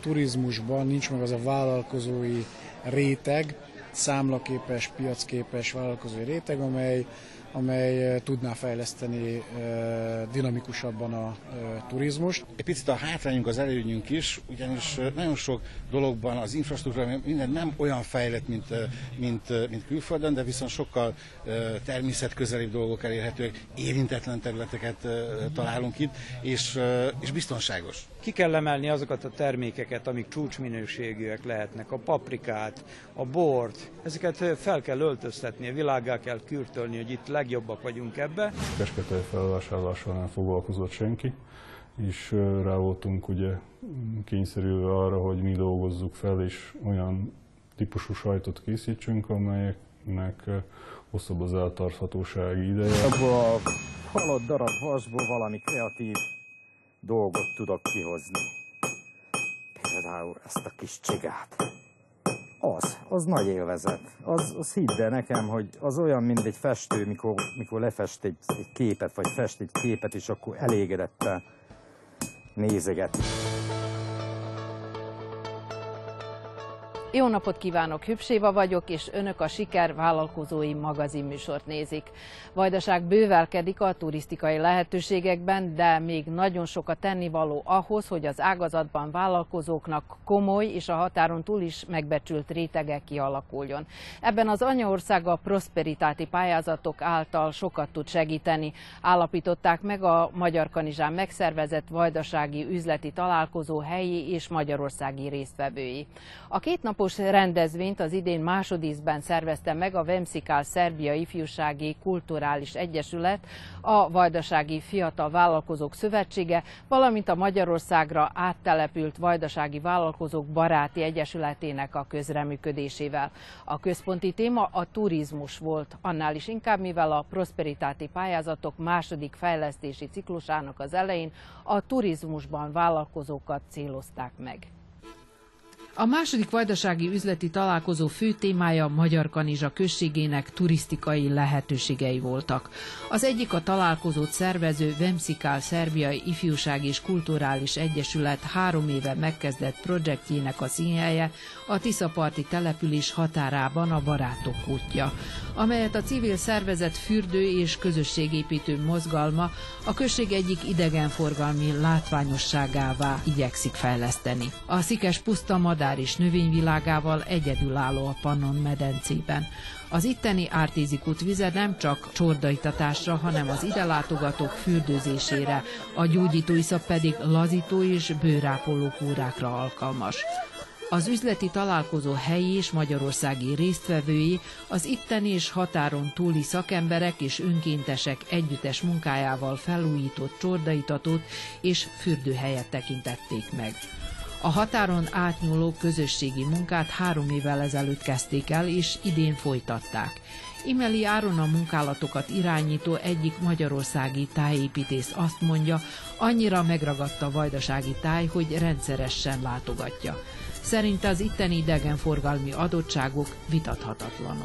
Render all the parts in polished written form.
turizmusban nincs meg az a vállalkozói réteg, számlaképes, piacképes vállalkozói réteg, amely tudná fejleszteni dinamikusabban a turizmust. Egy picit a hátrányunk az előnyünk is, ugyanis nagyon sok dologban az infrastruktúra minden nem olyan fejlett, mint külföldön, de viszont sokkal természetközelibb dolgok elérhetőek, érintetlen területeket találunk itt, és biztonságos. Ki kell emelni azokat a termékeket, amik csúcsminőségűek lehetnek, a paprikát, a bort, ezeket fel kell öltöztetni, világgá kell kürtölni, hogy itt legjobbak vagyunk ebbe. Kesketej felvásárlással nem foglalkozott senki, és rá voltunk ugye kényszerülve arra, hogy mi dolgozzuk fel, és olyan típusú sajtot készítsünk, amelyeknek hosszabb az eltarthatósági ideje. Abból a halott darab vasból valami kreatív dolgot tudok kihozni. Például ezt a kis csigát. Az nagy élvezet. Az hidd el nekem, hogy az olyan, mint egy festő, mikor lefest egy képet, vagy fest egy képet, és akkor elégedettel nézeget. Jó napot kívánok, Hübs Éva vagyok, és önök a Siker Vállalkozói magazinműsort nézik. Vajdaság bővelkedik a turisztikai lehetőségekben, de még nagyon sok a tennivaló ahhoz, hogy az ágazatban vállalkozóknak komoly és a határon túl is megbecsült rétege kialakuljon. Ebben az anyaország a prosperitáti pályázatok által sokat tud segíteni. Állapították meg a Magyar Kanizsán megszervezett vajdasági üzleti találkozó helyi és magyarországi résztvevői. A kétnapos rendezvényt az idén másodízben szervezte meg a Vemszikál Szerbia Ifjúsági Kulturális Egyesület, a Vajdasági Fiatal Vállalkozók Szövetsége, valamint a Magyarországra áttelepült Vajdasági Vállalkozók Baráti Egyesületének a közreműködésével. A központi téma a turizmus volt, annál is inkább, mivel a prosperitáti pályázatok második fejlesztési ciklusának az elején a turizmusban vállalkozókat célozták meg. A második vajdasági üzleti találkozó fő témája Magyar Kanizsa községének turisztikai lehetőségei voltak. Az egyik a találkozót szervező Vemszikál Szerbiai Ifjúsági és Kulturális Egyesület 3 éve megkezdett projektjének a színhelye, a Tiszaparti település határában a Barátok útja, amelyet a civil szervezet fürdő- és közösségépítő mozgalma a község egyik idegenforgalmi látványosságává igyekszik fejleszteni. A Szikes puszta madár és növényvilágával egyedülálló a Pannon medencében. Az itteni Ártézi-kút vize nem csak csordaitatásra, hanem az ide látogatók fürdőzésére, a gyógyító isza pedig lazító és bőrápoló kúrákra alkalmas. Az üzleti találkozó helyi és magyarországi résztvevői az itteni és határon túli szakemberek és önkéntesek együttes munkájával felújított csordaitatót és fürdőhelyet tekintették meg. A határon átnyúló közösségi munkát 3 évvel ezelőtt kezdték el, és idén folytatták. Imeli Áron, a munkálatokat irányító egyik magyarországi tájépítész azt mondja, annyira megragadta a vajdasági táj, hogy rendszeresen látogatja. Szerinte az itteni idegenforgalmi adottságok vitathatatlanok.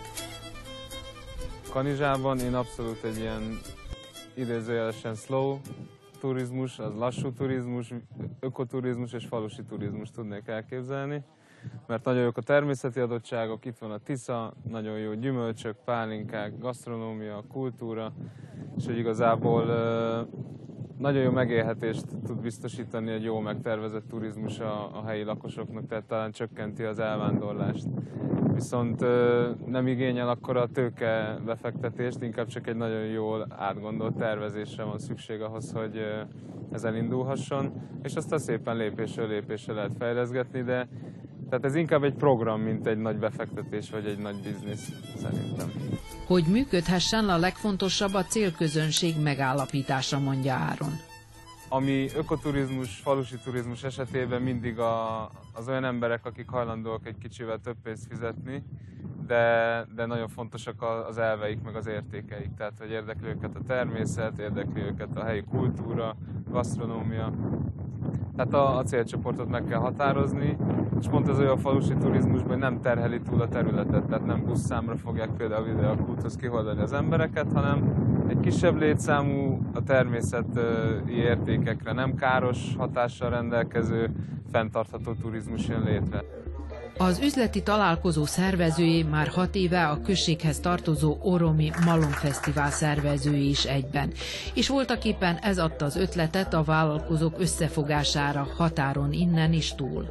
Kanizsában én abszolút egy ilyen idézőjelesen slow turizmus, az lassú turizmus, ökoturizmus és falusi turizmus tudnék elképzelni, mert nagyon jók a természeti adottságok, itt van a Tisza, nagyon jó gyümölcsök, pálinkák, gasztronómia, kultúra, és hogy igazából nagyon jó megélhetést tud biztosítani egy jó megtervezett turizmus a helyi lakosoknak, tehát talán csökkenti az elvándorlást. Viszont nem igényel akkor a tőke befektetést, inkább csak egy nagyon jól átgondolt tervezésre van szükség ahhoz, hogy ez elindulhasson, és aztán szépen lépésről lépésre lehet fejleszgetni, de tehát ez inkább egy program, mint egy nagy befektetés vagy egy nagy biznisz, szerintem. Hogy működhessen, a legfontosabb a célközönség megállapítása, mondja Áron. Ami ökoturizmus, falusi turizmus esetében mindig az olyan emberek, akik hajlandóak egy kicsivel több pénzt fizetni, de nagyon fontosak az elveik meg az értékeik. Tehát, hogy érdekli őket a természet, érdekli őket a helyi kultúra, gasztronómia. Tehát a célcsoportot meg kell határozni, és pont az olyan falusi turizmusban, hogy nem terheli túl a területet, tehát nem buszszámra fogják például ide a kúthoz kiholdani az embereket, hanem Egy kisebb létszámú, a természeti értékekre nem káros hatással rendelkező, fenntartható turizmus jön létre. Az üzleti találkozó szervezői már 6 éve a községhez tartozó Oromi Malomfesztivál szervezői is egyben. És voltaképpen ez adta az ötletet a vállalkozók összefogására határon innen is túl.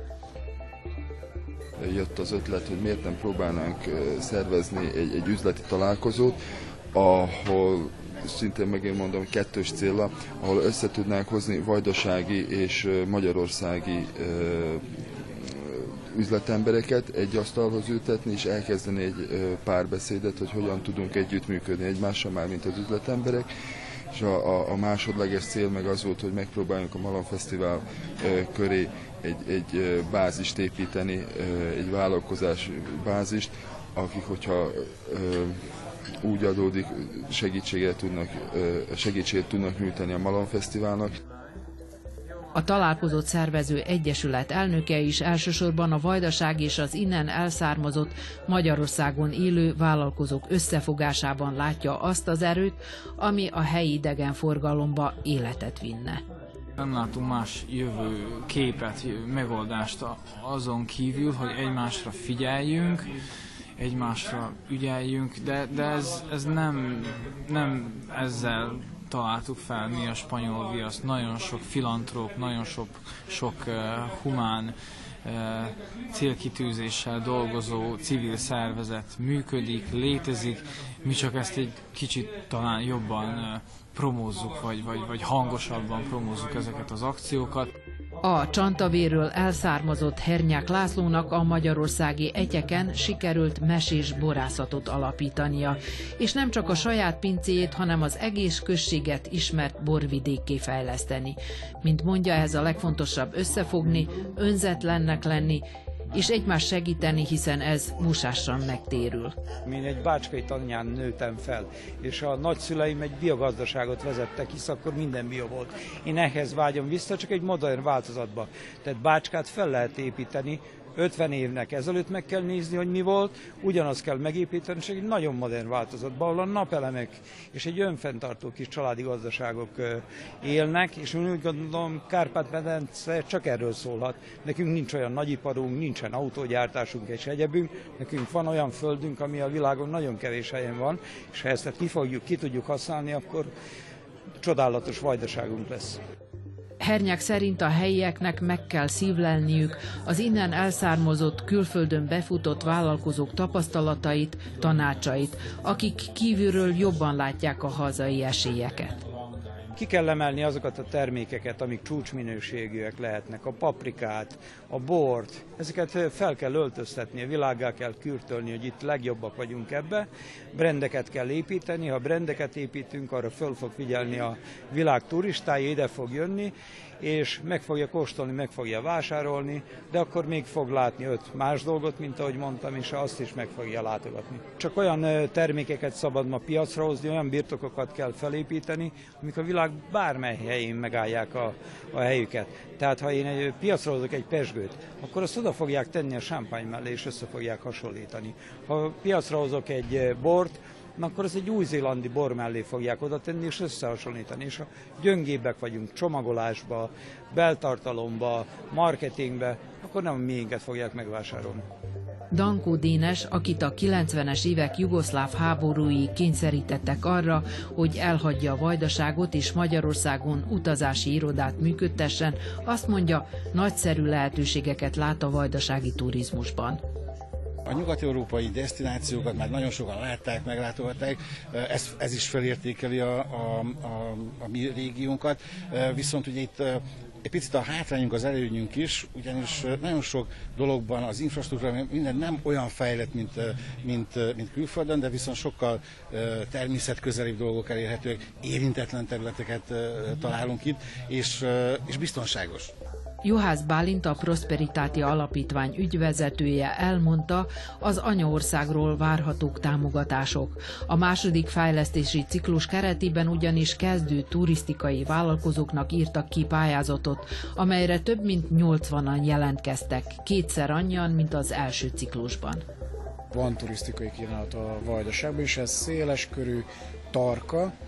Jött az ötlet, hogy miért nem próbálnánk szervezni egy üzleti találkozót, ahol szintén megint mondom kettős céllal, ahol össze tudnánk hozni vajdasági és magyarországi üzletembereket egy asztalhoz ültetni, és elkezdeni egy párbeszédet, hogy hogyan tudunk együttműködni egymással, már mint az üzletemberek. És a másodleges cél meg az volt, hogy megpróbáljunk a Malomfesztivál köré egy bázist építeni, egy vállalkozás bázist, akik, hogyha úgy adódik, segítséget tudnak nyújtani a Malomfesztiválnak. A találkozót szervező egyesület elnöke is elsősorban a Vajdaság és az innen elszármazott Magyarországon élő vállalkozók összefogásában látja azt az erőt, ami a helyi idegenforgalomba életet vinne. Nem látunk más jövő képet, megoldást azon kívül, hogy egymásra figyeljünk, egymásra ügyeljünk, de ez nem ezzel találtuk fel mi a spanyol viaszt. Nagyon sok filantróp, nagyon sok humán célkitűzéssel dolgozó civil szervezet működik, létezik. Mi csak ezt egy kicsit talán jobban promózzuk, vagy hangosabban promózzuk ezeket az akciókat. A Csantavéről elszármazott Hernyák Lászlónak a magyarországi Etyeken sikerült mesés borászatot alapítania, és nem csak a saját pincéjét, hanem az egész községet ismert borvidékké fejleszteni. Mint mondja, ehhez a legfontosabb összefogni, önzetlennek lenni, és egymást segíteni, hiszen ez músásan megtérül. Én egy bácskai tanyán nőttem fel, és a nagyszüleim egy biogazdaságot vezettek, hisz akkor minden bio volt. Én ehhez vágyom vissza, csak egy modern változatba. Tehát Bácskát fel lehet építeni, 50 évnek ezelőtt meg kell nézni, hogy mi volt, ugyanazt kell megépíteni, és egy nagyon modern változatban, ahol a napelemek és egy önfenntartó kis családi gazdaságok élnek, és úgy gondolom, Kárpát-medence csak erről szólhat. Nekünk nincs olyan nagyiparunk, nincsen autógyártásunk és egyebünk, nekünk van olyan földünk, ami a világon nagyon kevés helyen van, és ha ezt ki tudjuk használni, akkor csodálatos vajdaságunk lesz. Hernyák szerint a helyieknek meg kell szívlelniük az innen elszármazott, külföldön befutott vállalkozók tapasztalatait, tanácsait, akik kívülről jobban látják a hazai esélyeket. Ki kell emelni azokat a termékeket, amik csúcsminőségűek lehetnek, a paprikát, a bort, ezeket fel kell öltöztetni, világgá kell kürtölni, hogy itt legjobbak vagyunk ebbe, brandeket kell építeni, ha brandeket építünk, arra föl fog figyelni a világ turistája, ide fog jönni, és meg fogja kóstolni, meg fogja vásárolni, de akkor még fog látni 5 más dolgot, mint ahogy mondtam, és azt is meg fogja látogatni. Csak olyan termékeket szabad ma piacra hozni, olyan birtokokat kell felépíteni, amik a világ bármely helyén megállják a helyüket. Tehát ha én egy piacra hozok egy pezsgőt, akkor azt oda fogják tenni a sámpány mellé, és össze fogják hasonlítani. Ha piacra hozok egy bort, akkor az egy új-zélandi bor mellé fogják oda tenni és összehasonlítani. És ha gyöngébbek vagyunk csomagolásba, beltartalomba, marketingbe, akkor nem a miénket fogják megvásárolni. Dankó Dénes, akit a 90-es évek jugoszláv háborúi kényszerítettek arra, hogy elhagyja a Vajdaságot és Magyarországon utazási irodát működtessen, azt mondja, nagyszerű lehetőségeket lát a vajdasági turizmusban. A nyugat-európai desztinációkat már nagyon sokan látták, meglátogatták, ez is felértékeli a mi régiónkat, viszont ugye itt egy picit a hátrányunk, az előnyünk is, ugyanis nagyon sok dologban az infrastruktúra minden nem olyan fejlett, mint külföldön, de viszont sokkal természetközelibb dolgok elérhetőek, érintetlen területeket találunk itt, és biztonságos. Juhász Bálint, a Prosperitáti Alapítvány ügyvezetője elmondta, az anyaországról várhatók támogatások. A második fejlesztési ciklus keretében ugyanis kezdő turisztikai vállalkozóknak írtak ki pályázatot, amelyre több mint 80-an jelentkeztek, 2-szer annyian, mint az első ciklusban. Van turisztikai kínálat a Vajdaságban, és ez széles körű, tarka,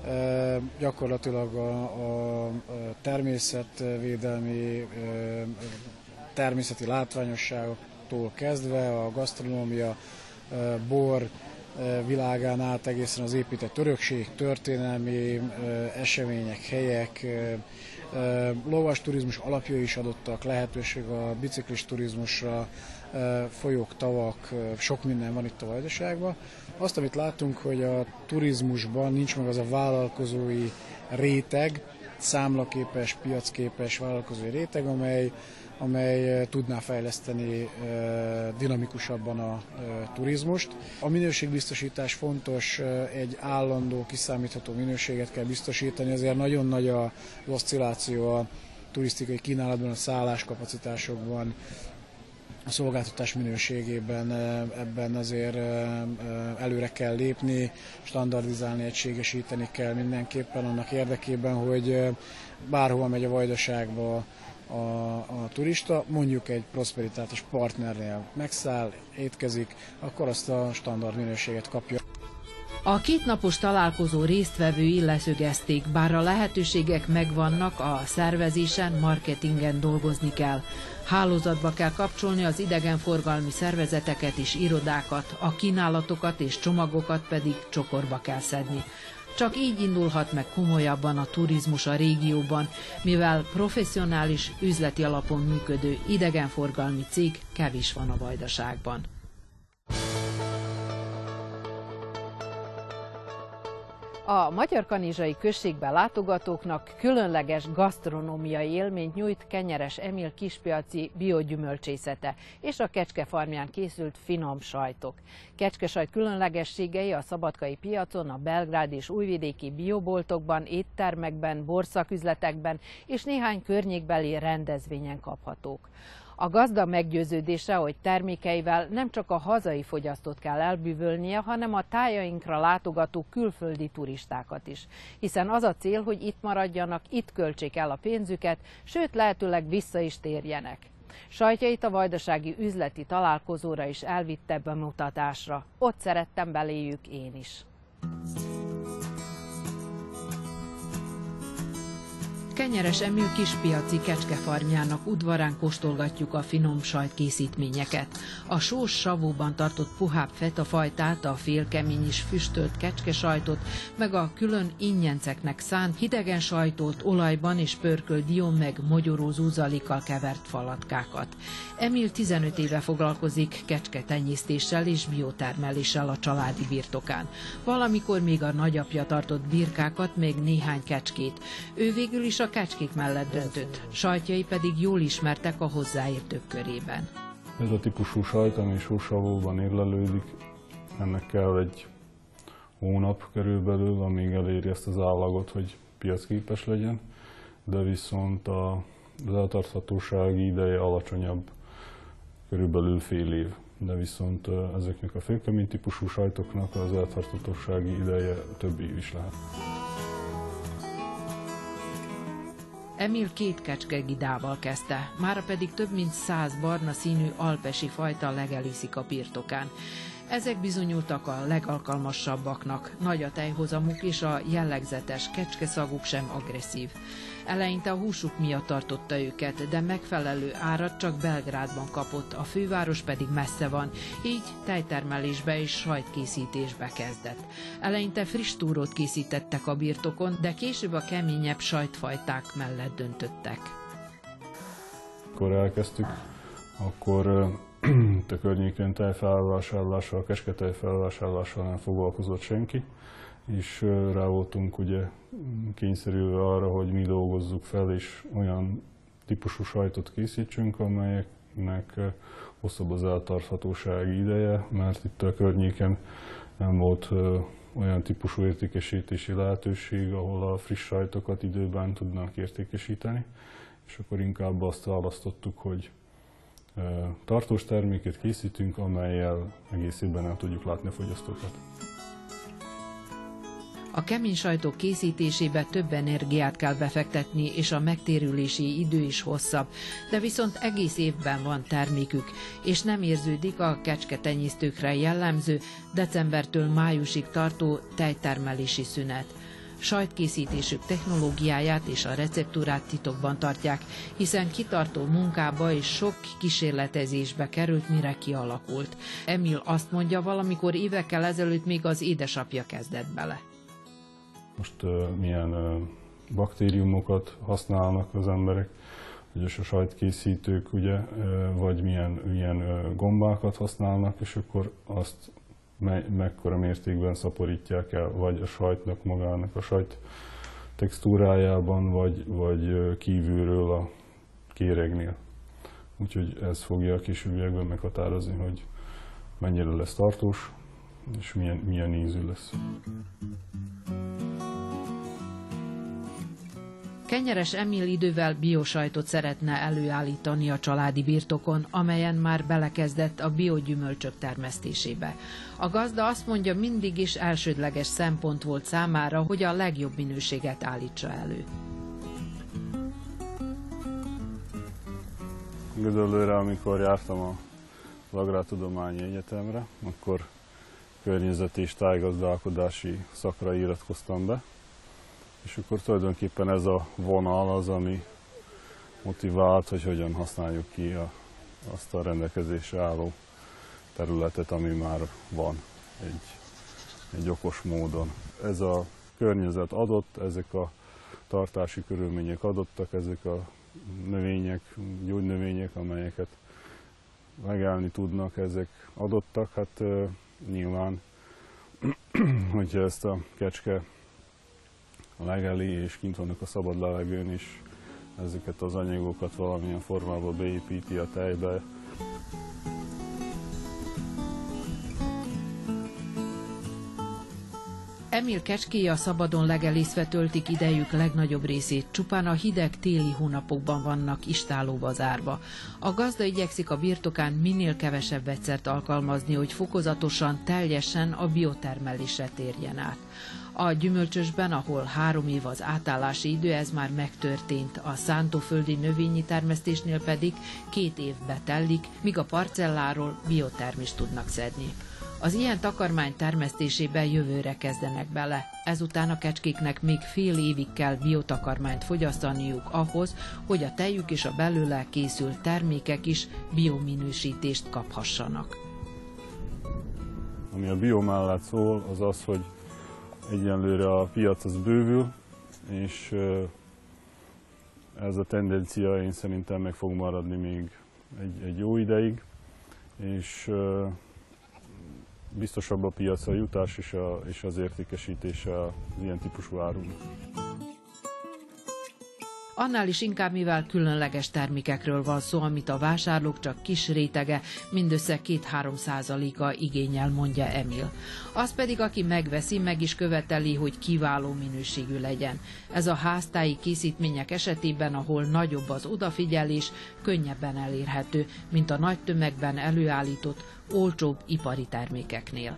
Gyakorlatilag a természetvédelmi, természeti látványosságoktól kezdve a gasztronómia, bor világán át egészen az épített örökség, történelmi események, helyek, lovas turizmus alapjai is adottak, lehetőség a biciklis turizmusra, folyók, tavak, sok minden van itt a Vajdaságban. Azt, amit látunk, hogy a turizmusban nincs meg az a vállalkozói réteg, számlaképes, piacképes vállalkozói réteg, amely tudná fejleszteni dinamikusabban a turizmust. A minőségbiztosítás fontos, egy állandó, kiszámítható minőséget kell biztosítani, azért nagyon nagy az oszcilláció a turisztikai kínálatban, a szálláskapacitásokban, a szolgáltatás minőségében, ebben azért előre kell lépni, standardizálni, egységesíteni kell mindenképpen annak érdekében, hogy bárhova megy a Vajdaságba a turista, mondjuk egy prosperitátes partnernél megszáll, étkezik, akkor azt a standard minőséget kapja. A kétnapos találkozó résztvevői leszögezték, bár a lehetőségek megvannak, a szervezésen, marketingen dolgozni kell. Hálózatba kell kapcsolni az idegenforgalmi szervezeteket és irodákat, a kínálatokat és csomagokat pedig csokorba kell szedni. Csak így indulhat meg komolyabban a turizmus a régióban, mivel professzionális, üzleti alapon működő idegenforgalmi cég kevés van a Vajdaságban. A Magyarkanizsai községben látogatóknak különleges gasztronómiai élményt nyújt Kenyeres Emil kispiaci biogyümölcsészete és a kecskefarmján készült finom sajtok. Kecskesajt különlegességei a szabadkai piacon, a belgrádi és újvidéki bioboltokban, éttermekben, borszaküzletekben és néhány környékbeli rendezvényen kaphatók. A gazda meggyőződése, hogy termékeivel nem csak a hazai fogyasztót kell elbűvölnie, hanem a tájainkra látogató külföldi turistákat is. Hiszen az a cél, hogy itt maradjanak, itt költsék el a pénzüket, sőt lehetőleg vissza is térjenek. Sajtjait a vajdasági üzleti találkozóra is elvitte bemutatásra. Ott szerettem beléjük én is. Kenyeres Emil kispiaci kecskefarmjának udvarán kóstolgatjuk a finom sajtkészítményeket. A sós savóban tartott puhább fetafajtát, a félkemény is füstölt kecskesajtot, meg a külön ingyenceknek szánt hidegen sajtolt olajban és pörkölt dió meg mogyoró zúzalikkal kevert falatkákat. Emil 15 éve foglalkozik kecsketenyésztéssel és biotermeléssel a családi birtokán. Valamikor még a nagyapja tartott birkákat, még néhány kecskét. Ő végül is a kecskék mellett döntött, sajtjai pedig jól ismertek a hozzáértők körében. Ez a típusú sajt, ami sósavóban érlelődik, ennek kell egy hónap körülbelül, amíg eléri ezt az állagot, hogy piacképes legyen, de viszont az eltarthatósági ideje alacsonyabb, körülbelül fél év. De viszont ezeknek a félkemény típusú sajtoknak az eltarthatósági ideje több év is lehet. Emil 2 kecskegidával kezdte, mára pedig több mint 100 barna színű alpesi fajta legelészik a birtokán. Ezek bizonyultak a legalkalmasabbaknak, nagy a tejhozamuk és a jellegzetes kecskeszaguk sem agresszív. Eleinte a húsuk miatt tartotta őket, de megfelelő árat csak Belgrádban kapott, a főváros pedig messze van, így tejtermelésbe és sajtkészítésbe kezdett. Eleinte friss túrót készítettek a birtokon, de később a keményebb sajtfajták mellett döntöttek. Amikor elkezdtük, akkor a környéken tejfelvásárlással, kecsketejfelvásárlással nem foglalkozott senki, és rá voltunk ugye kényszerülve arra, hogy mi dolgozzuk fel, és olyan típusú sajtot készítsünk, amelyeknek hosszabb az eltarthatósági ideje, mert itt a környéken nem volt olyan típusú értékesítési lehetőség, ahol a friss sajtokat időben tudnak értékesíteni, és akkor inkább azt választottuk, hogy tartós terméket készítünk, amellyel egész évben el tudjuk látni a fogyasztókat. A kemény sajtok készítésébe több energiát kell befektetni, és a megtérülési idő is hosszabb, de viszont egész évben van termékük, és nem érződik a kecsketenyésztőkre jellemző decembertől májusig tartó tejtermelési szünet. Sajtkészítésük technológiáját és a receptúrát titokban tartják, hiszen kitartó munkába és sok kísérletezésbe került, mire kialakult. Emil azt mondja, valamikor évekkel ezelőtt még az édesapja kezdett bele. Most milyen baktériumokat használnak az emberek, ugye a sajtkészítők, ugye, vagy milyen gombákat használnak, és akkor azt mekkora mértékben szaporítják el, vagy a sajtnak magának a sajt textúrájában, vagy kívülről a kéregnél. Úgyhogy ez fogja a későbbiekben meghatározni, hogy mennyire lesz tartós, és milyen ízű lesz. Kenyeres Emil idővel biosajtot szeretne előállítani a családi birtokon, amelyen már belekezdett a biogyümölcsök termesztésébe. A gazda azt mondja, mindig is elsődleges szempont volt számára, hogy a legjobb minőséget állítsa elő. Gödöllőre, amikor jártam az Agrártudományi Egyetemre, akkor környezeti és tájgazdálkodási szakra iratkoztam be. És akkor tulajdonképpen ez a vonal az, ami motivált, hogy hogyan használjuk ki azt a rendelkezésre álló területet, ami már van egy okos módon. Ez a környezet adott, ezek a tartási körülmények adottak, ezek a növények, gyógynövények, amelyeket megállni tudnak, ezek adottak. Hát nyilván, hogyha ezt a kecske legeli és kint vannak a szabad levegőn is, ezeket az anyagokat valamilyen formában beépíti a tejbe. Emil kecskéi a szabadon legelészve töltik idejük legnagyobb részét, csupán a hideg téli hónapokban vannak istállóba zárva. A gazda igyekszik a birtokán minél kevesebb vegyszert alkalmazni, hogy fokozatosan, teljesen a biotermelésre térjen át. A gyümölcsösben, ahol 3 év az átállási idő, ez már megtörtént, a szántóföldi növényi termesztésnél pedig 2 évbe telik, míg a parcelláról biotermést tudnak szedni. Az ilyen takarmány termesztésébe jövőre kezdenek bele. Ezután a kecskéknek még fél évig kell biotakarmányt fogyasztaniuk ahhoz, hogy a tejük és a belőle készült termékek is biominősítést kaphassanak. Ami a bio mellett szól, az az, hogy egyenlőre a piac az bővül, és ez a tendencia én szerintem meg fog maradni még egy jó ideig, és biztosabb a piacra jutás és az értékesítése az ilyen típusú árunak. Annál is inkább, mivel különleges termékekről van szó, amit a vásárlók csak kis rétege, mindössze 2-3%-a igényel, mondja Emil. Az pedig, aki megveszi, meg is követeli, hogy kiváló minőségű legyen. Ez a háztáji készítmények esetében, ahol nagyobb az odafigyelés, könnyebben elérhető, mint a nagy tömegben előállított, olcsóbb ipari termékeknél.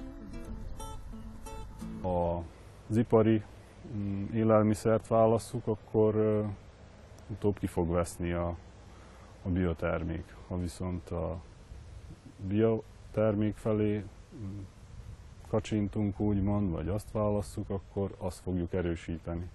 Az ipari élelmiszert válasszuk, akkor utóbb ki fog veszni a biotermék. Ha viszont a biotermék felé kacsintunk, úgymond, vagy azt válasszuk, akkor azt fogjuk erősíteni.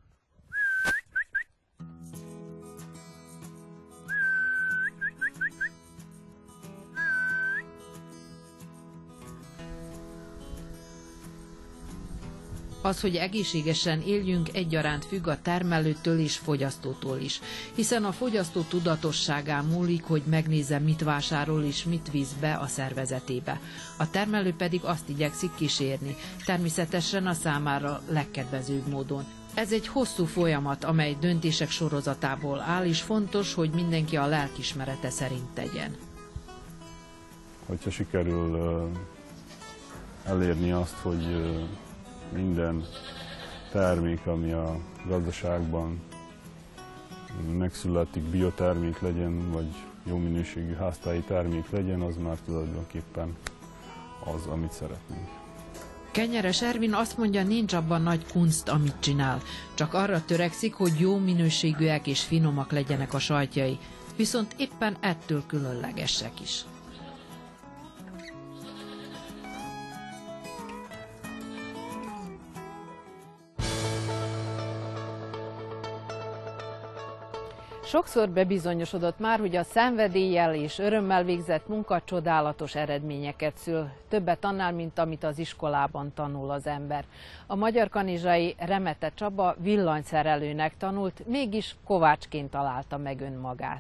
Az, hogy egészségesen éljünk, egyaránt függ a termelőtől és fogyasztótól is, hiszen a fogyasztó tudatosságán múlik, hogy megnézze, mit vásárol és mit visz be a szervezetébe. A termelő pedig azt igyekszik kísérni, természetesen a számára legkedvezőbb módon. Ez egy hosszú folyamat, amely döntések sorozatából áll, és fontos, hogy mindenki a lelkismerete szerint tegyen. Hogyha sikerül elérni azt, hogy minden termék, ami a gazdaságban megszületik, biotermék legyen, vagy jó minőségű háztáji termék legyen, az már tulajdonképpen az, amit szeretnénk. Kenyeres Ervin azt mondja, nincs abban nagy kunst, amit csinál. Csak arra törekszik, hogy jó minőségűek és finomak legyenek a sajtjai, viszont éppen ettől különlegesek is. sokszor bebizonyosodott már, hogy a szenvedéllyel és örömmel végzett munka csodálatos eredményeket szül. Többet annál, mint amit az iskolában tanul az ember. A magyarkanizsai Remete Csaba villanyszerelőnek tanult, mégis kovácsként találta meg önmagát.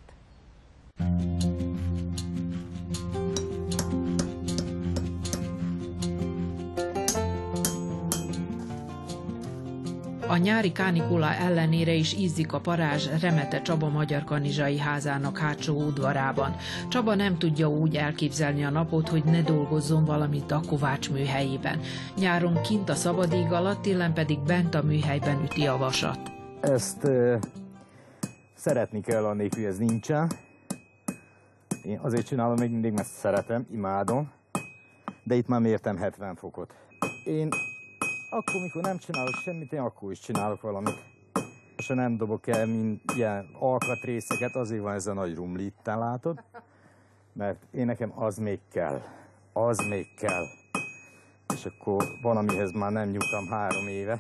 A nyári kánikula ellenére is ízzik a parázs Remete Csaba magyarkanizsai házának hátsó udvarában. Csaba nem tudja úgy elképzelni a napot, hogy ne dolgozzon valamit a kovács műhelyében. Nyáron kint a szabadég alatt, télen pedig bent a műhelyben üti a vasat. Ezt szeretni kell, annélkül, hogy ez nincsen. Én azért csinálom még mindig, mert szeretem, imádom. De itt már mértem 70 fokot. Én akkor, mikor nem csinálok semmit, én akkor is csinálok valamit. És nem dobok el ilyen alkatrészeket, azért van ez a nagy rumli itt, látod? Mert én nekem az még kell. Az még kell. És akkor van, amihez már nem nyúltam 3 éve.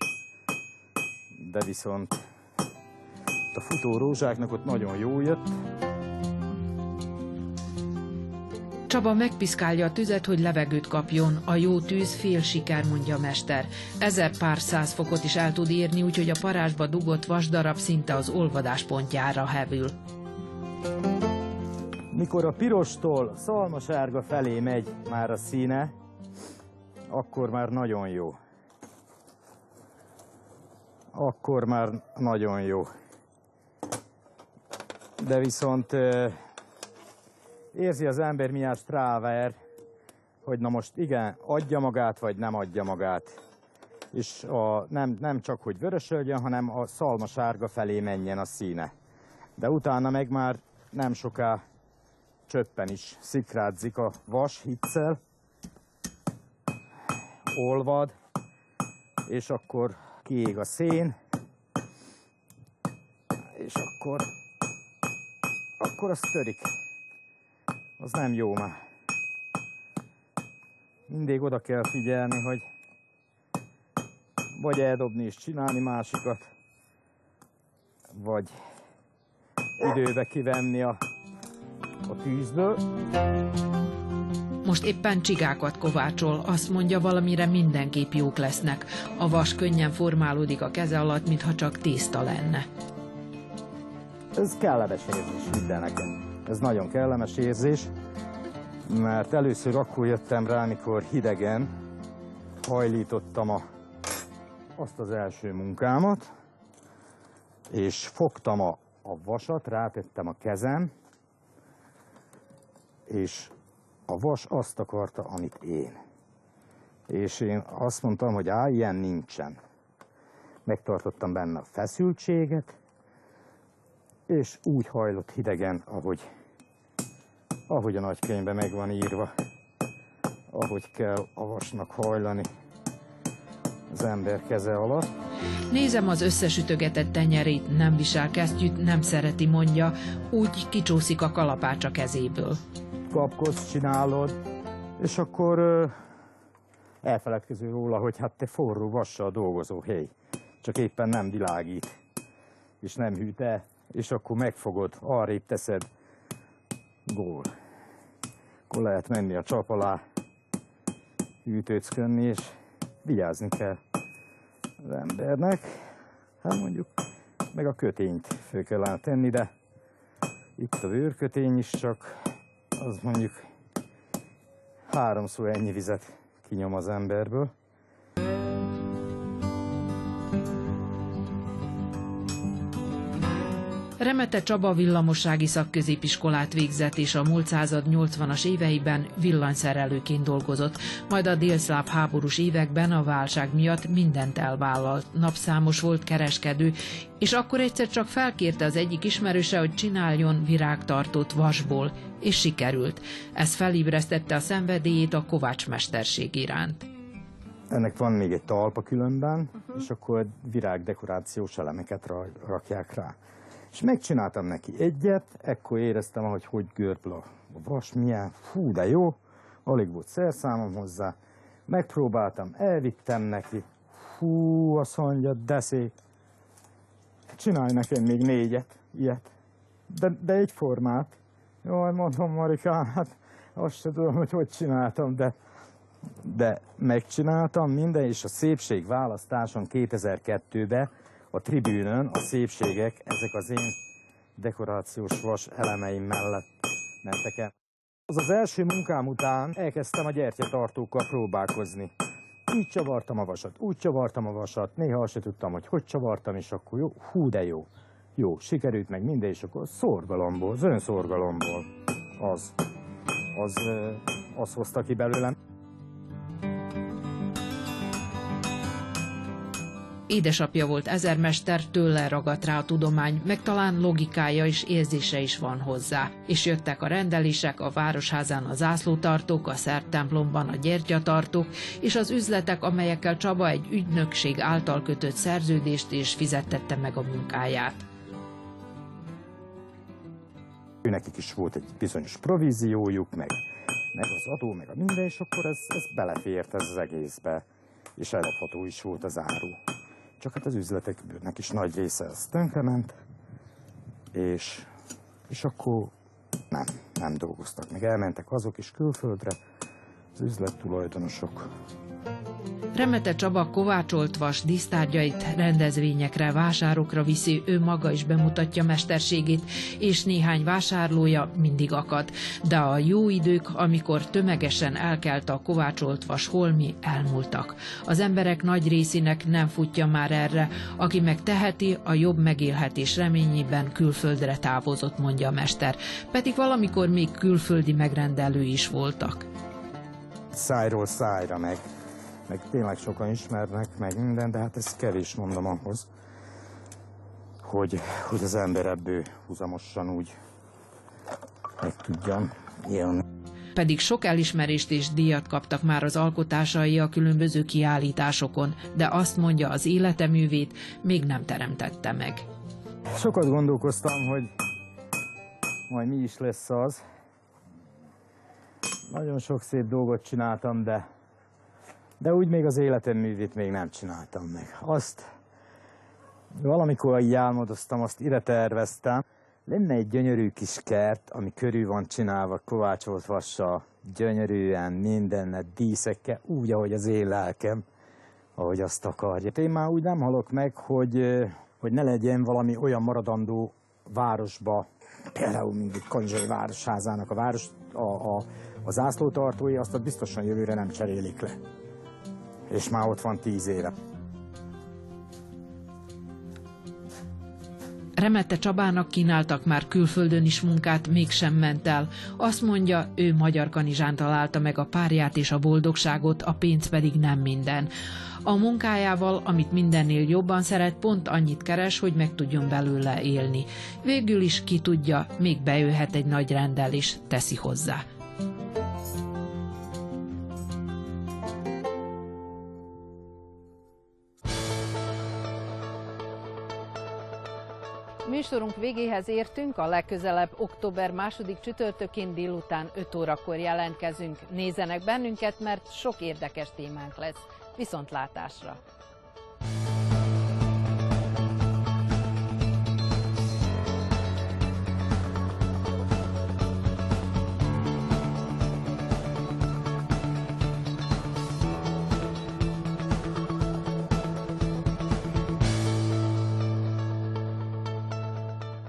De viszont a futó rózsáknak ott nagyon jó jött. Csaba megpiszkálja a tüzet, hogy levegőt kapjon. A jó tűz fél siker, mondja a mester. 1000 pár 100 fokot is el tud érni, úgyhogy a parázsba dugott vasdarab szinte az olvadás pontjára hevül. Mikor a pirostól szalmasárga felé megy már a színe, akkor már nagyon jó. Akkor már nagyon jó. De viszont érzi az ember milyen stráver, hogy na most igen, adja magát, vagy nem adja magát. És nem csak, hogy vörösöljön, hanem a szalmasárga felé menjen a színe. De utána meg már nem soká csöppen is szikrádzik a vas hiccsel, olvad, és akkor kiég a szén, és akkor az törik. Az nem jó már. Mindig oda kell figyelni, hogy vagy eldobni és csinálni másikat, vagy időbe kivenni a tűzből. Most éppen csigákat kovácsol, azt mondja, valamire mindenképp jók lesznek. A vas könnyen formálódik a keze alatt, mintha csak tészta lenne. Ez kellemes érzés minden nekem. Ez nagyon kellemes érzés, mert először akkor jöttem rá, amikor hidegen hajlítottam azt az első munkámat, és fogtam a vasat, rátettem a kezem, és a vas azt akarta, amit én. És én azt mondtam, hogy ilyen nincsen. Megtartottam benne a feszültséget, és úgy hajlott hidegen, ahogy a nagykönyvben meg van írva, ahogy kell a vasnak hajlani az ember keze alatt. Nézem az összesütögetett tenyerét, nem visel kesztyűt, nem szereti, mondja, úgy kicsúszik a kalapács a kezéből. Kapkodsz, csinálod, és akkor elfeledkező róla, hogy hát te forró vassal dolgozó, hely, csak éppen nem világít, és nem hűt el, és akkor megfogod, arrébb teszed, gól. Akkor lehet menni a csap alá, hűtőckönni, és vigyázni kell az embernek. Hát mondjuk, meg a kötényt föl kell tenni, de itt a bőrkötény is csak, az mondjuk 3-szor ennyi vizet kinyom az emberből. Remete Csaba villamossági szakközépiskolát végzett, és a múlt század 80-as éveiben villanyszerelőként dolgozott, majd a délszláv háborús években a válság miatt mindent elvállalt, napszámos volt, kereskedő, és akkor egyszer csak felkérte az egyik ismerőse, hogy csináljon virágtartót vasból, és sikerült. Ez felébresztette a szenvedélyét a kovácsmesterség iránt. Ennek van még egy talpa különben, és akkor virágdekorációs elemeket rakják rá. És megcsináltam neki egyet, ekkor éreztem, hogy görpül a vas, milyen, fú, de jó, alig volt szerszámom hozzá, megpróbáltam, elvittem neki, fú, azt mondja, de szép, csinálj nekem még 4 ilyet, de egyformát. Jaj, mondom, Marikám, hát azt sem tudom, hogy csináltam, de megcsináltam minden, és a szépségválasztáson 2002-ben a tribűnön a szépségek, ezek az én dekorációs vas elemeim mellett mentek el. Az első munkám után elkezdtem a gyertyatartókkal próbálkozni. Így csavartam a vasat, úgy csavartam a vasat, néha azt se tudtam, hogy csavartam, és akkor jó, hú de jó. Jó, sikerült meg minden, és akkor szorgalomból, az önszorgalomból az hozta ki belőlem. Édesapja volt ezermester, tőle ragadt rá a tudomány, meg talán logikája és érzése is van hozzá. És jöttek a rendelések, a városházán a zászlótartók, a szertemplomban a gyertyatartók, és az üzletek, amelyekkel Csaba egy ügynökség által kötött szerződést és fizettette meg a munkáját. Nekik is volt egy bizonyos províziójuk, meg az adó, meg a minden, és akkor ez belefért ez az egészbe, és eladható is volt az áru. Csak hát az üzleteknek is nagy része ez tönkrement, és akkor nem dolgoztak, meg elmentek azok is külföldre, az üzlettulajdonosok. Remete Csaba kovácsolt vas dísztárgyait rendezvényekre, vásárokra viszi, ő maga is bemutatja mesterségét, és néhány vásárlója mindig akad. De a jó idők, amikor tömegesen elkelt a kovácsolt vas holmi, elmúltak. Az emberek nagy részének nem futja már erre, aki meg teheti, a jobb megélhetés reményében külföldre távozott, mondja a mester. Pedig valamikor még külföldi megrendelői is voltak. Szájról szájra meg tényleg sokan ismernek, meg minden, de hát ez kevés, mondom, ahhoz, hogy az ember ebből húzamosan úgy meg tudjon élni. Pedig sok elismerést és díjat kaptak már az alkotásai a különböző kiállításokon, de azt mondja, az életeművét még nem teremtette meg. Sokat gondolkoztam, hogy majd mi is lesz az. Nagyon sok szép dolgot csináltam, de úgy még az életem művét még nem csináltam meg. Azt valamikor így álmodoztam, azt ide terveztem. Lenne egy gyönyörű kis kert, ami körül van csinálva kovácsolt vassal, gyönyörűen, mindennel, díszekkel, úgy, ahogy az én lelkem, ahogy azt akarja. Én már úgy nem halok meg, hogy ne legyen valami olyan maradandó városba, például mindig Kanizsai Városházának a zászlótartói, azt biztosan jövőre nem cserélik le. És már ott van 10 éve. Remete Csabának kínáltak már külföldön is munkát, mégsem ment el. Azt mondja, ő Magyar Kanizsán találta meg a párját és a boldogságot, a pénz pedig nem minden. A munkájával, amit mindennél jobban szeret, pont annyit keres, hogy meg tudjon belőle élni. Végül is ki tudja, még bejöhet egy nagy rendelés, teszi hozzá. Műsorunk végéhez értünk, a legközelebb október 2. csütörtökén délután 5 órakor jelentkezünk. Nézzenek bennünket, mert sok érdekes témánk lesz. Viszontlátásra!